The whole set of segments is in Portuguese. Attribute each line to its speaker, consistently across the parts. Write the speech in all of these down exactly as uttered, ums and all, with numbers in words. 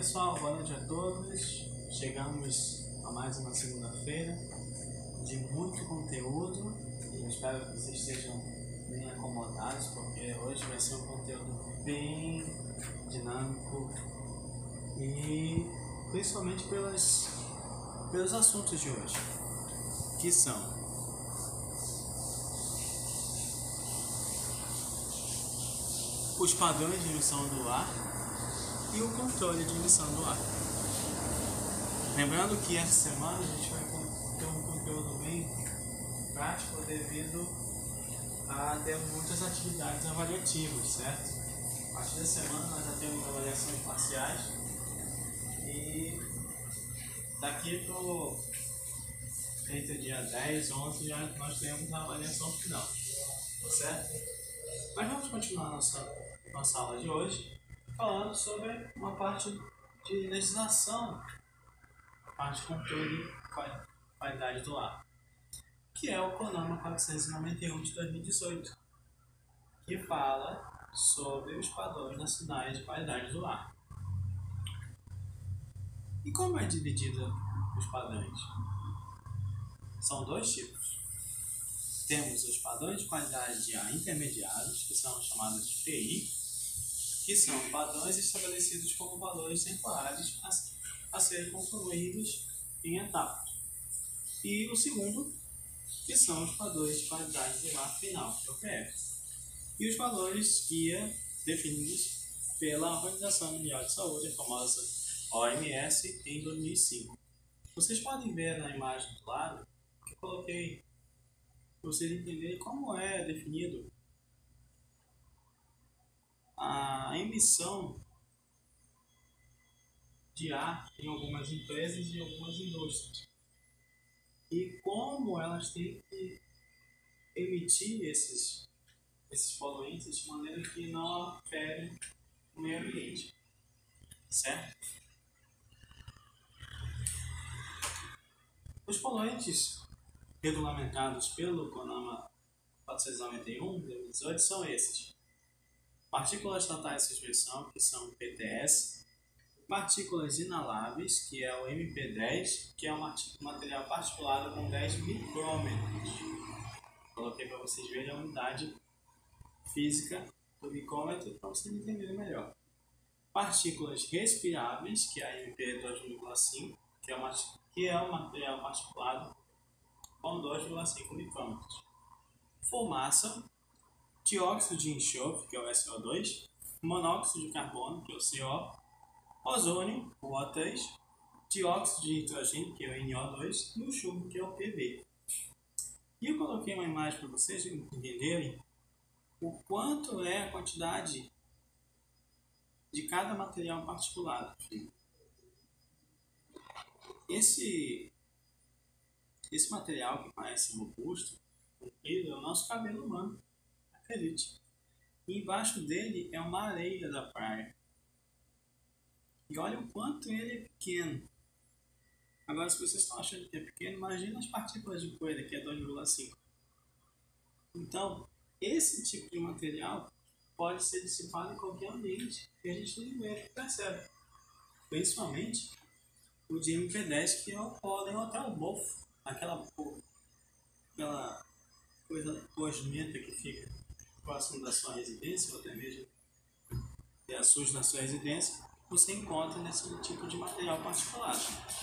Speaker 1: pessoal, boa noite a todos. Chegamos a mais uma segunda-feira de muito conteúdo e eu espero que vocês estejam bem acomodados, porque hoje vai ser um conteúdo bem dinâmico e principalmente pelas, pelos assuntos de hoje, que são os padrões de emissão do ar e o controle de emissão do ar. Lembrando que essa semana a gente vai ter um conteúdo bem prático devido a ter muitas atividades avaliativas, certo? A partir da semana nós já temos avaliações parciais e daqui para o dia dez, onze já nós temos a avaliação final, certo? Mas vamos continuar nossa, nossa aula de hoje falando sobre uma parte de legislação, a parte de controle de qualidade do ar, que é o CONAMA quatrocentos e noventa e um de dois mil e dezoito, que fala sobre os padrões nacionais de qualidade do ar. E como é dividido os padrões? São dois tipos. Temos os padrões de qualidade de ar intermediários, que são chamados de P I, que são padrões estabelecidos como valores temporários a, a serem concluídos em etapas. E o segundo, que são os padrões de qualidade do ar final, que é o P F. E os valores guia definidos pela Organização Mundial de Saúde, a famosa O M S, em dois mil e cinco. Vocês podem ver na imagem do lado que eu coloquei para vocês entenderem como é definido a emissão de ar em algumas empresas e algumas indústrias e como elas têm que emitir esses, esses poluentes de maneira que não afetem o meio ambiente, certo? Os poluentes regulamentados pelo CONAMA quatrocentos e noventa e um de dois mil e dezoito são esses: partículas totais de suspensão, que são P T S, partículas inaláveis, que é o M P dez, que é um material particulado com dez micrômetros. Coloquei para vocês verem a unidade física do micrômetro para vocês entenderem melhor. Partículas respiráveis, que é a M P dois vírgula cinco, que é, uma, que é um material particulado com dois vírgula cinco micrômetros. Fumaça, dióxido de enxofre, que é o S O dois, monóxido de carbono, que é o C O, ozônio, o O três, dióxido de nitrogênio, que é o N O dois, e o chumbo, que é o P B. E eu coloquei uma imagem para vocês entenderem o quanto é a quantidade de cada material particulado. Esse, esse material que parece robusto, comprido, é o nosso cabelo humano, acredite. E embaixo dele é uma areia da praia. E olha o quanto ele é pequeno. Agora, se vocês estão achando que é pequeno, imagina as partículas de poeira, que é dois vírgula cinco. Então, esse tipo de material pode ser dissipado em qualquer ambiente que a gente nem vê, percebe. Principalmente o de M P dez, que é o pólen ou até o mofo, aquela, aquela coisa gosmenta que fica próximo da sua residência, ou até mesmo que é sujo na sua residência, você encontra nesse tipo de material particulado.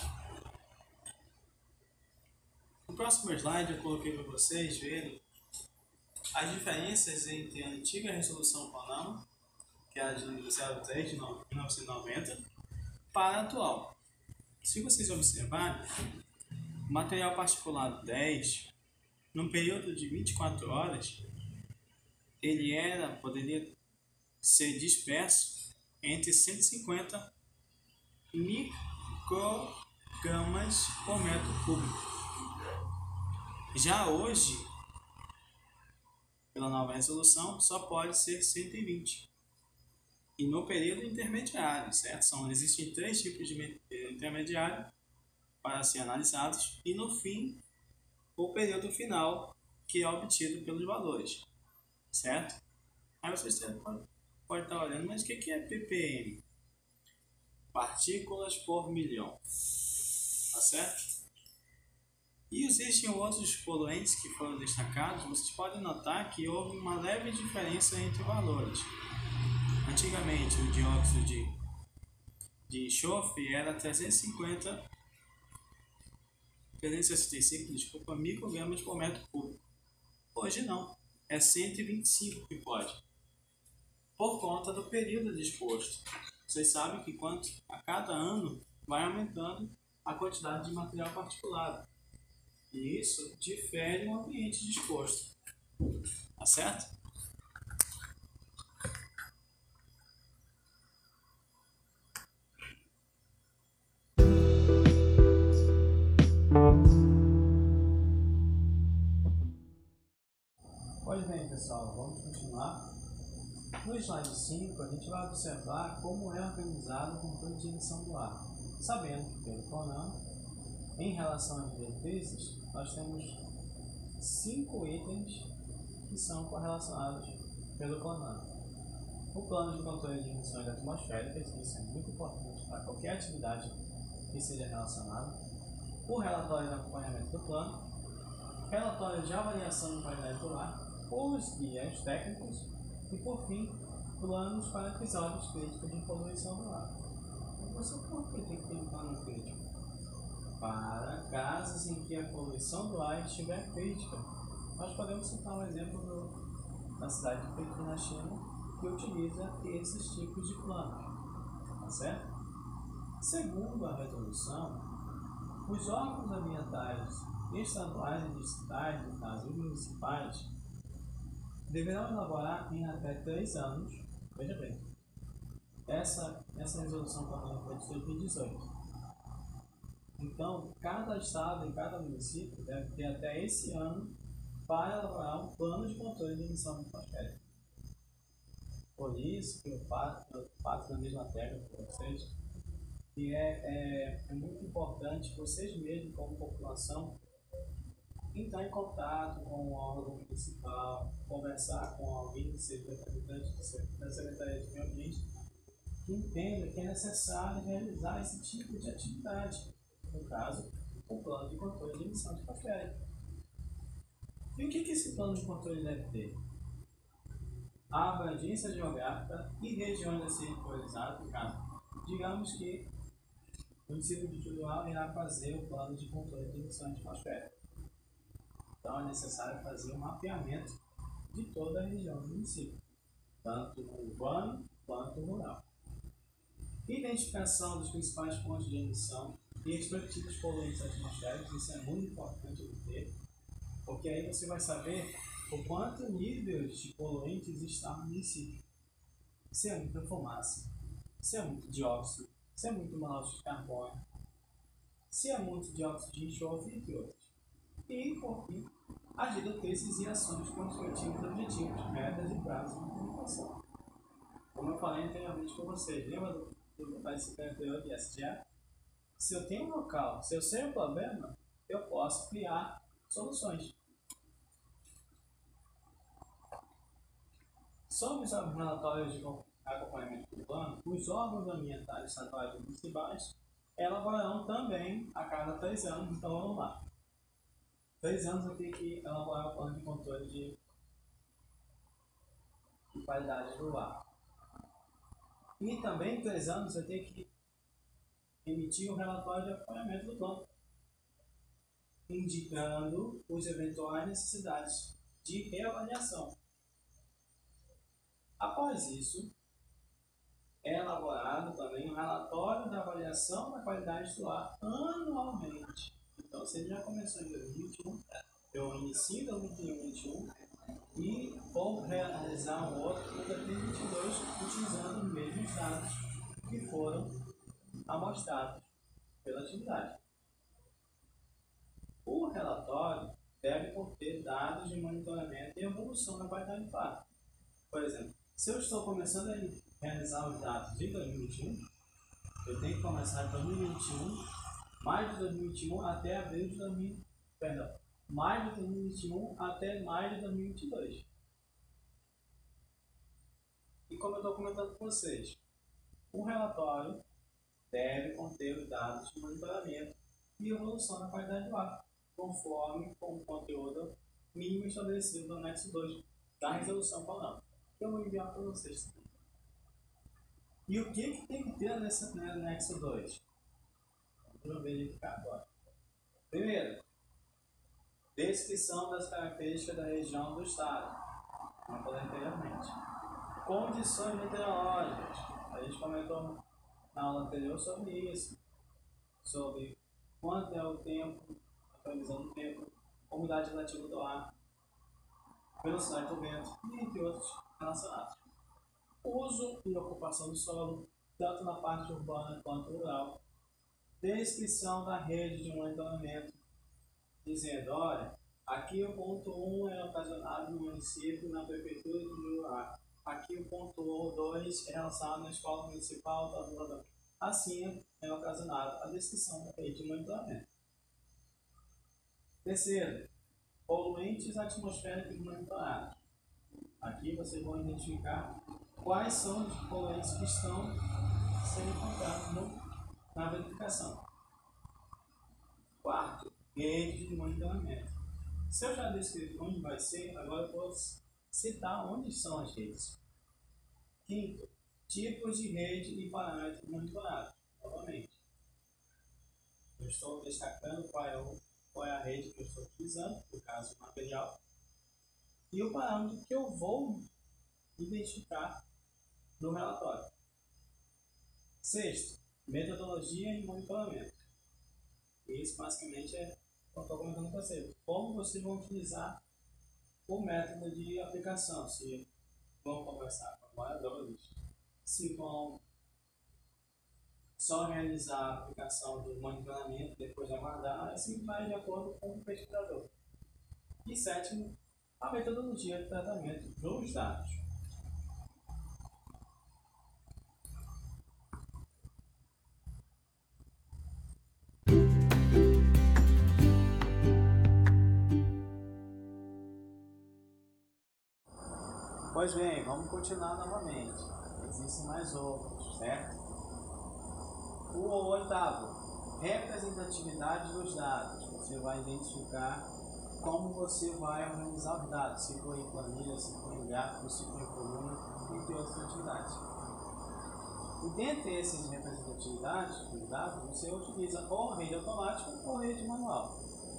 Speaker 1: No próximo slide eu coloquei para vocês verem as diferenças entre a antiga resolução CONAMA, que é a de zero três de mil novecentos e noventa, para a atual. Se vocês observarem, o material particulado dez, num período de vinte e quatro horas, ele era, poderia ser disperso entre cento e cinquenta microgramas por metro cúbico. Já hoje, pela nova resolução, só pode ser cento e vinte. E no período intermediário, certo? São, existem três tipos de intermediário para serem analisados. E no fim, o período final, que é obtido pelos valores, certo? Aí vocês podem, podem estar olhando, mas o que é P P M? partículas por milhão, tá certo? E existem outros poluentes que foram destacados. Vocês podem notar que houve uma leve diferença entre valores. Antigamente, o dióxido de, de enxofre era trezentos e cinquenta, trezentos e sessenta e cinco, desculpa, microgramas por metro cúbico. Hoje não, é cento e vinte e cinco que pode, por conta do período disposto. Vocês sabem que quanto a cada ano vai aumentando a quantidade de material particulado. E isso difere o ambiente disposto. Tá certo? Pois bem, pessoal, vamos continuar. No slide cinco, a gente vai observar como é organizado o controle de emissão do ar. Sabendo que, pelo CONAMA, em relação às diretrizes, nós temos cinco itens que são correlacionados pelo CONAMA. O plano de controle de emissões atmosféricas, isso é muito importante para qualquer atividade que seja relacionada. O relatório de acompanhamento do plano, relatório de avaliação de qualidade do ar, os guias técnicos e, por fim, planos para episódios críticos de poluição do ar. Você por que tem que ter um plano crítico? Para casos em que a poluição do ar estiver crítica. Nós podemos citar um exemplo do, da cidade de Pequim, na China, que utiliza esses tipos de planos. Tá certo? Segundo a resolução, os órgãos ambientais estaduais e distritais, no caso municipais, deverão elaborar em até três anos, veja bem, essa, essa resolução foi de dois mil e dezoito. Então, cada estado e cada município deve ter até esse ano para elaborar um plano de controle de emissão atmosférica. Por isso que eu faço, eu faço na mesma tecla para vocês, que é, é, é muito importante vocês mesmos, como população, entrar em contato com o órgão municipal, conversar com alguém que seja representante da Secretaria de Meio Ambiente, que entenda que é necessário realizar esse tipo de atividade, no caso, o plano de controle de emissão atmosférica. E o que, que esse plano de controle deve ter? A abrangência geográfica e regiões a serem priorizadas, no caso, digamos que o município de Juruá irá fazer o plano de controle de emissão atmosférica. Então é necessário fazer um mapeamento de toda a região do município, tanto urbano quanto rural. Identificação dos principais pontos de emissão e respectivos poluentes atmosféricos, isso é muito importante de ter, porque aí você vai saber o quanto nível de poluentes está no município. Se é muita fumaça, se é muito dióxido, se é muito monóxido de carbono, se é muito dióxido de enxofre, entre outros. E, por fim, as diretrizes e ações com os respectivos objetivos, metas e prazos de comunicação. Como eu falei anteriormente com vocês, lembra do, do participante anterior de S G A? Se eu tenho um local, se eu sei o problema, eu posso criar soluções. Sobre os relatórios de acompanhamento do plano, os órgãos ambientais estaduais e municipais elaborarão também a cada três anos. Então vamos lá. Três anos eu tenho que elaborar o plano de controle de, de qualidade do ar. E também em três anos eu tenho que emitir um relatório de acompanhamento do plano, indicando as eventuais necessidades de reavaliação. Após isso, é elaborado também um relatório da avaliação da qualidade do ar anualmente. Então, se ele já começou em dois mil e vinte e um, eu inicio em dois mil e vinte e um e vou realizar um outro em dois mil e vinte e dois, utilizando os mesmos dados que foram amostrados pela atividade. O relatório deve conter dados de monitoramento e evolução da qualidade do ar. Por exemplo, se eu estou começando a realizar os dados de dois mil e vinte e um, eu tenho que começar de dois mil e vinte e um, mais de dois mil e vinte e um até abril de dois mil, perdão, mais de dois mil e vinte e um até maio de dois mil e vinte e dois. E como eu estou comentando com vocês, o relatório deve conter os dados de monitoramento e evolução da qualidade do ar, conforme com o conteúdo mínimo estabelecido no anexo dois da resolução padrão, que eu vou enviar para vocês também. E o que, que tem que ter nesse anexo dois? Vamos verificar agora. Primeiro, descrição das características da região do estado, como eu falei anteriormente. Condições meteorológicas, a gente comentou na aula anterior sobre isso, sobre quanto é o tempo, a previsão do tempo, umidade relativa do ar, velocidade do vento, e entre outros relacionados. Uso e ocupação do solo, tanto na parte urbana quanto rural. Descrição da rede de monitoramento, dizendo, olha, aqui o ponto um é ocasionado no município, na prefeitura de Juruá. Aqui o ponto dois é relacionado na escola municipal, da Vila. Assim é ocasionado a descrição da rede de monitoramento. Terceiro, poluentes atmosféricos monitorados. Aqui vocês vão identificar quais são os poluentes que estão sendo encontrados no, na verificação. Quarto, rede de monitoramento. Se eu já descrevi onde vai ser, agora eu vou citar onde são as redes. Quinto, tipos de rede e parâmetros monitorados. Novamente, eu estou destacando qual é, o, qual é a rede que eu estou utilizando, no caso o material, e o parâmetro que eu vou identificar no relatório. Sexto, metodologia e monitoramento. Isso basicamente é o que eu estou comentando com vocês. Como vocês vão utilizar o método de aplicação, se vão conversar com avaliadores, se vão só realizar a aplicação do monitoramento depois de aguardar, assim vai de acordo com o pesquisador. E sétimo, a metodologia de tratamento dos dados. Pois bem, vamos continuar novamente. Existem mais outros, certo? O oitavo, representatividade dos dados. Você vai identificar como você vai organizar os dados, se for em planilha, se for em gráfico, se for em coluna, entre outras atividades. E dentre essas representatividades dos dados, você utiliza ou rede automática ou rede manual.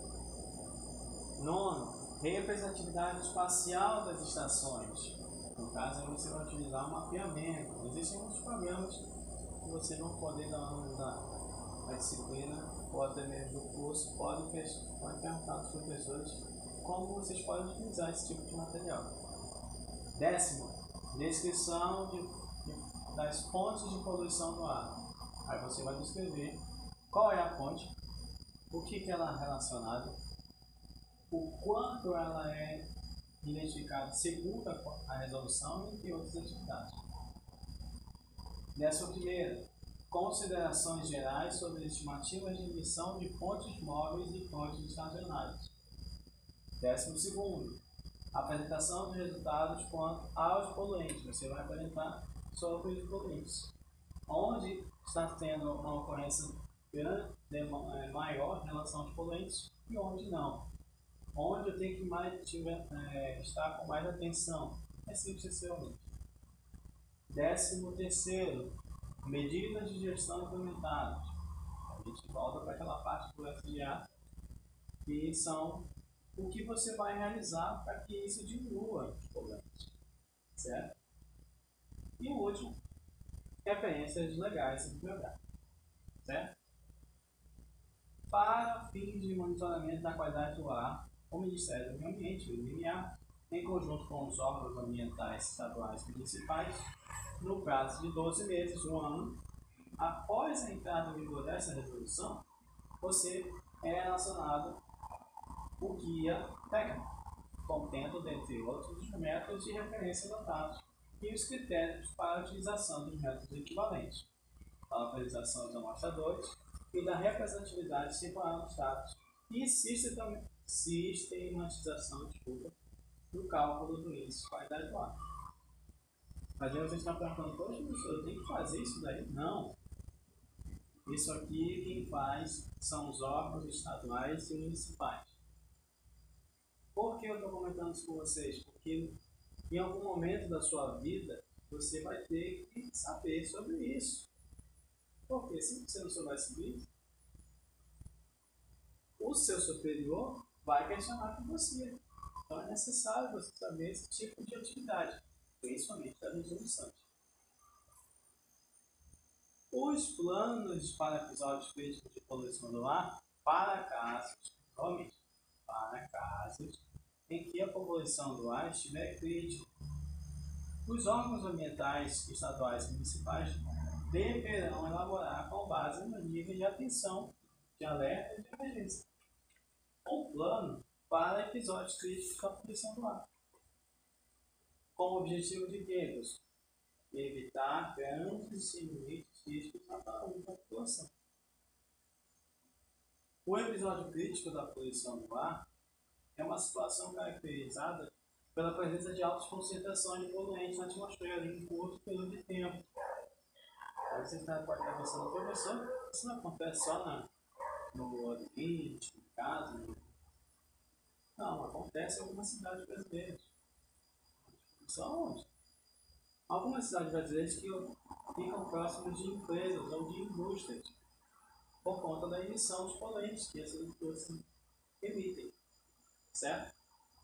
Speaker 1: Nono, representatividade espacial das estações. No caso, você vai utilizar um mapeamento. Existem muitos programas que vocês vão poder dar uma da, da disciplina ou até mesmo do curso. Podem, podem perguntar aos professores como vocês podem utilizar esse tipo de material. Décimo, descrição de, de, das fontes de poluição do ar. Aí você vai descrever qual é a fonte, o que, que ela é relacionada, o quanto ela é identificada segundo a resolução e entre outras atividades. Décimo primeiro, considerações gerais sobre estimativas de emissão de fontes móveis e fontes estacionárias. Décimo segundo, apresentação dos resultados quanto aos poluentes. Você vai apresentar sobre os poluentes. Onde está tendo uma ocorrência grande, maior em relação aos poluentes e onde não. Onde eu tenho que mais tiver, é, estar com mais atenção. É simples sucessivamente. Décimo terceiro, medidas de gestão implementadas. A gente volta para aquela parte do F D A, que são o que você vai realizar para que isso diminua os problemas. Certo? E o último, referências legais e bibliográficas. Certo? Para fins de monitoramento da qualidade do ar, o Ministério do Meio Ambiente, o I N M A, em conjunto com os órgãos ambientais estaduais e municipais, no prazo de doze meses, um ano, após a entrada em vigor dessa resolução, você é relacionado o guia técnico, contendo, dentre outros, os métodos de referência adotados e os critérios para a utilização dos métodos equivalentes, a localização dos amostradores e da representatividade separada dos dados e sistematização desculpa, do cálculo do índice de qualidade do ar. Mas aí vocês estão perguntando, poxa, professor, eu tenho que fazer isso daí? Não. Isso aqui quem faz são os órgãos estaduais e municipais. Por que eu estou comentando isso com vocês? Porque em algum momento da sua vida você vai ter que saber sobre isso. Porque se você não souber sobre isso, o seu superior vai questionar com você. Então é necessário você saber esse tipo de atividade, principalmente da resolução. Os planos para episódios críticos de poluição do ar, para casos, realmente, para casos em que a poluição do ar estiver crítica, os órgãos ambientais estaduais e municipais deverão elaborar com base no nível de atenção, de alerta e de emergência um plano para episódios críticos da poluição do ar, com o objetivo de quê? Evitar grandes e limites riscos na saúde da população. O episódio crítico da poluição do ar é uma situação caracterizada pela presença de altas concentrações de poluentes na atmosfera em um curto período de tempo. Aí você pode estar pensando, professor, isso não acontece só na, no Oriente, no caso? No... Não, acontece em algumas cidades brasileiras. Só onde? Algumas cidades brasileiras que ficam próximas de empresas ou de indústrias, por conta da emissão de poluentes que essas indústrias emitem, certo?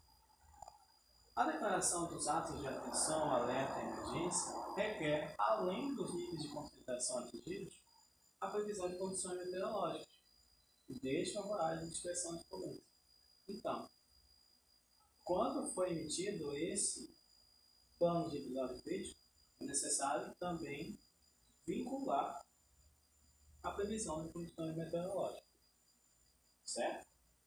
Speaker 1: A declaração dos atos de atenção, alerta e emergência requer, além dos níveis de concentração atingidos, a previsão de condições meteorológicas desfavoráveis de dispersão de poluentes. Então, quando foi emitido esse plano de episódio crítico, é necessário também vincular a previsão de condições meteorológicas, certo?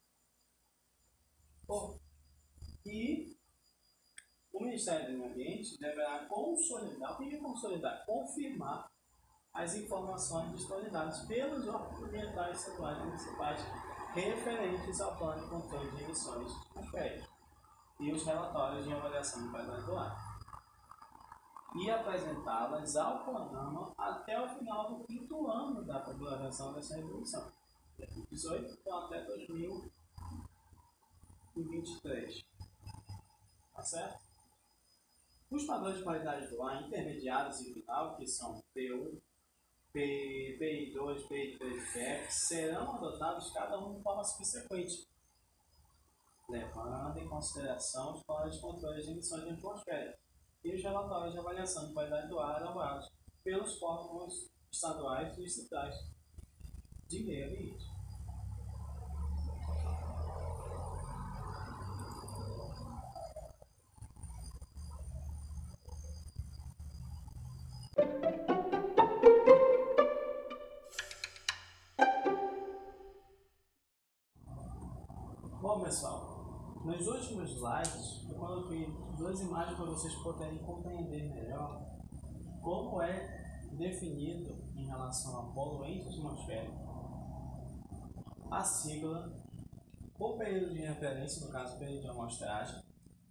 Speaker 1: Bom, e o Ministério do Meio Ambiente deverá consolidar, o que é consolidar? Confirmar as informações disponibilizadas pelos órgãos ambientais estaduais e municipais referentes ao plano de controle de emissões atmosféricas e os relatórios de avaliação de qualidade do ar, e apresentá-las ao CONAMA até o final do quinto ano da popularização dessa resolução, dois mil e dezoito, então até dois mil e vinte e três. Tá certo? Os padrões de qualidade do ar intermediários e final, que são P um, P I dois, P I três e P F, serão adotados cada um de forma subsequente, levando em consideração os planos de controle de emissões de atmosfera e os relatórios de avaliação de qualidade do ar elaborados pelos órgãos estaduais e distritais de meio ambiente. Bom, pessoal, nos últimos slides eu coloquei duas imagens para vocês poderem compreender melhor como é definido em relação a poluente atmosférico a sigla, o período de referência, no caso o período de amostragem,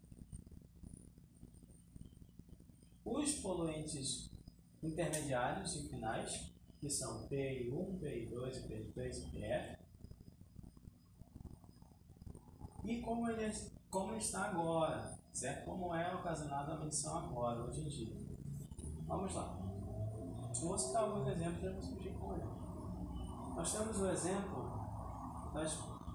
Speaker 1: os poluentes intermediários e finais, que são P I um, P I dois, P I três e P F, e como ele, como ele está agora, certo? Como é ocasionada a medição agora, hoje em dia. Vamos lá. Vou citar alguns exemplos para você ver como é. Nós temos o exemplo das,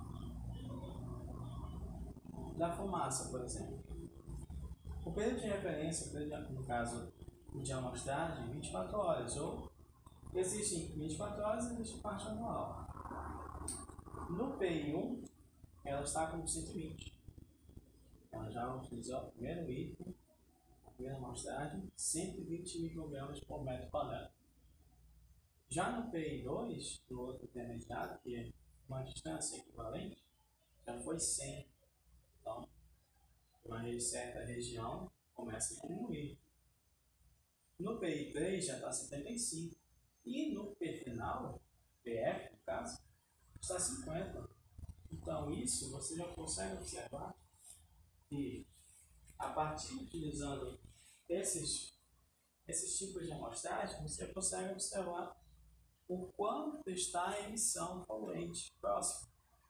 Speaker 1: da fumaça, por exemplo. O período de referência, no caso o de amostragem, vinte e quatro horas, ou existem vinte e quatro horas e existe parte anual. No P I um, ela está com cento e vinte. Ela já utilizou o primeiro item, a primeira amostragem, cento e vinte microgramas por metro quadrado. Já no P I dois, no outro intermediário, que é uma distância equivalente, já foi cem. Então, uma certa região começa a diminuir. No P I três já está setenta e cinco. E no P final, P F no caso, está cinquenta. Então isso você já consegue observar que a partir de utilizando esses, esses tipos de amostragem, você consegue observar o quanto está a emissão poluente próxima.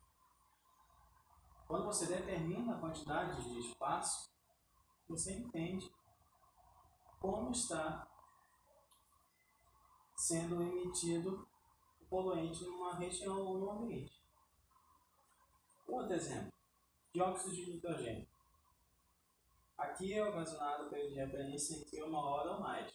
Speaker 1: Quando você determina a quantidade de espaço, você entende como está sendo emitido o poluente numa região ou no ambiente. Outro exemplo, dióxido de nitrogênio. Aqui é ocasionado pelo de referência entre uma hora ou mais.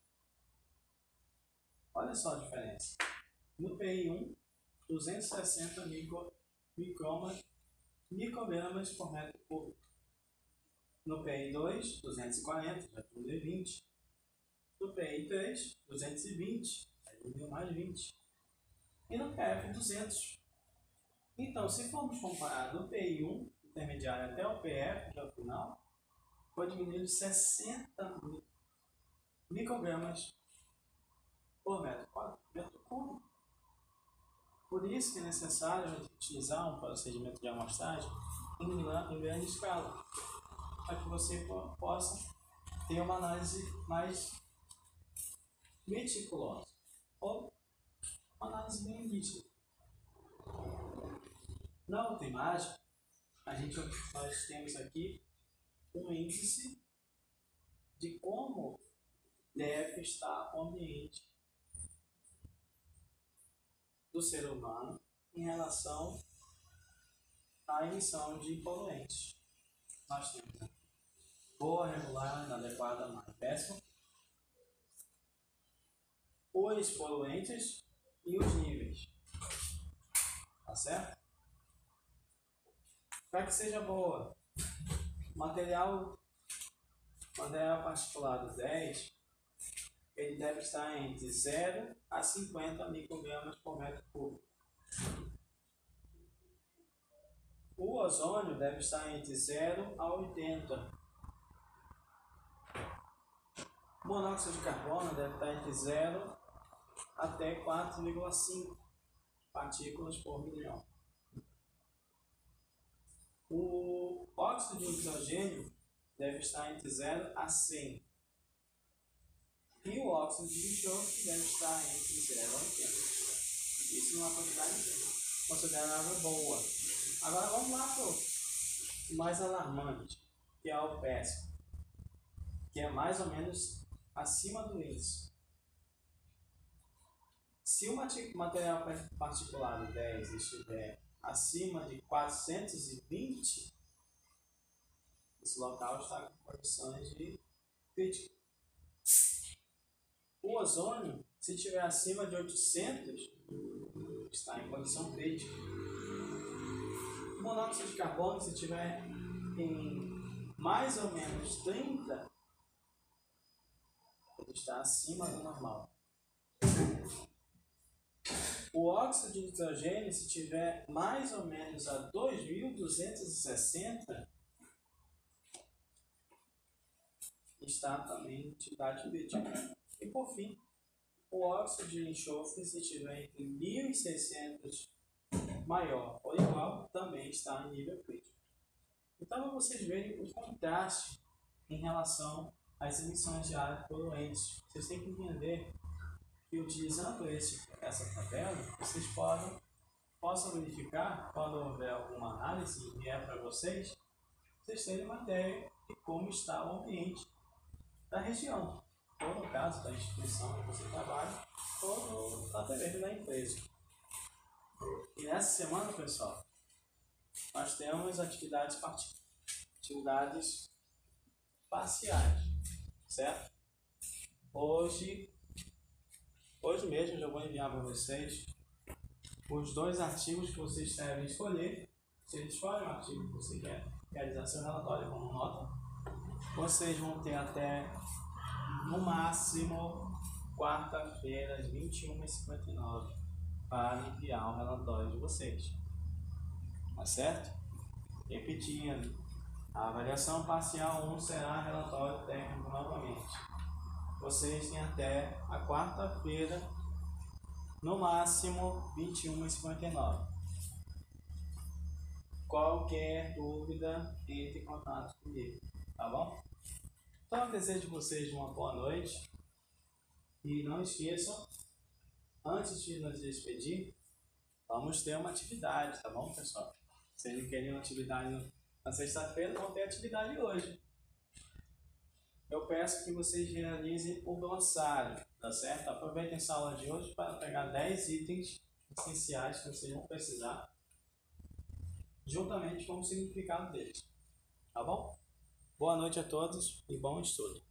Speaker 1: Olha só a diferença. No P I um, duzentos e sessenta micro, micromas, microgramas por metro cúbico. No P I dois, duzentos e quarenta, já diminuiu vinte. No P I três, duzentos e vinte, já diminuiu mais vinte. E no P F duzentos. Então, se formos comparar do P I um, intermediário, até o P F, que é o final, foi diminuído sessenta microgramas por metro cúbico. Por isso que é necessário utilizar um procedimento de amostragem em grande escala, para que você possa ter uma análise mais meticulosa, ou uma análise bem nítida. Na outra imagem, a gente, nós temos aqui um índice de como deve estar o ambiente do ser humano em relação à emissão de poluentes. Nós temos boa, regular, inadequada, má, péssima, os poluentes e os níveis. Tá certo? Para que seja boa, material, material particulado dez, ele deve estar entre zero a cinquenta microgramas por metro cúbico. O ozônio deve estar entre zero a oitenta. O monóxido de carbono deve estar entre zero até quatro vírgula cinco partículas por milhão. O óxido de nitrogênio deve estar entre zero a cem. E o óxido de enxofre deve estar entre zero a oitenta. Isso numa quantidade considerável boa. Agora vamos lá para o mais alarmante, que é o péssimo, que é mais ou menos acima do índice. Se o material particulado dez estiver acima de quatrocentos e vinte, esse local está com condições de crítica. O ozônio, se estiver acima de oitocentos, está em condição crítica. O monóxido de carbono, se estiver em mais ou menos trinta, ele está acima do normal. O óxido de nitrogênio, se estiver mais ou menos a dois mil duzentos e sessenta, está também em atividade crítica. E por fim, o óxido de enxofre, se estiver entre mil e seiscentos maior ou igual, também está em nível crítico. Então, para vocês verem o contraste em relação às emissões de ar poluentes, vocês têm que entender que, utilizando esse, essa tabela, vocês podem, possam verificar, quando houver alguma análise e vier para vocês, vocês terem uma ideia de como está o ambiente da região, ou no caso da instituição que você trabalha, ou até mesmo da empresa. E nessa semana, pessoal, nós temos atividades, atividades parciais, certo? Hoje, hoje mesmo eu já vou enviar para vocês os dois artigos que vocês devem escolher. Vocês escolhem o artigo que você quer realizar seu relatório como nota. Vocês vão ter até, no máximo, quarta-feira, às vinte e uma e cinquenta e nove, para enviar o relatório de vocês. Tá certo? Repetindo, a avaliação parcial um será relatório técnico novamente. Vocês têm até a quarta-feira, no máximo, vinte e uma e cinquenta e nove. Qualquer dúvida, entre em contato comigo, tá bom? Então, eu desejo a vocês uma boa noite. E não esqueçam, antes de nos despedir, vamos ter uma atividade, tá bom, pessoal? Se eles querem uma atividade na sexta-feira, vão ter atividade hoje. Eu peço que vocês realizem o glossário, tá certo? Aproveitem essa aula de hoje para pegar dez itens essenciais que vocês vão precisar, juntamente com o significado deles, tá bom? Boa noite a todos e bom estudo!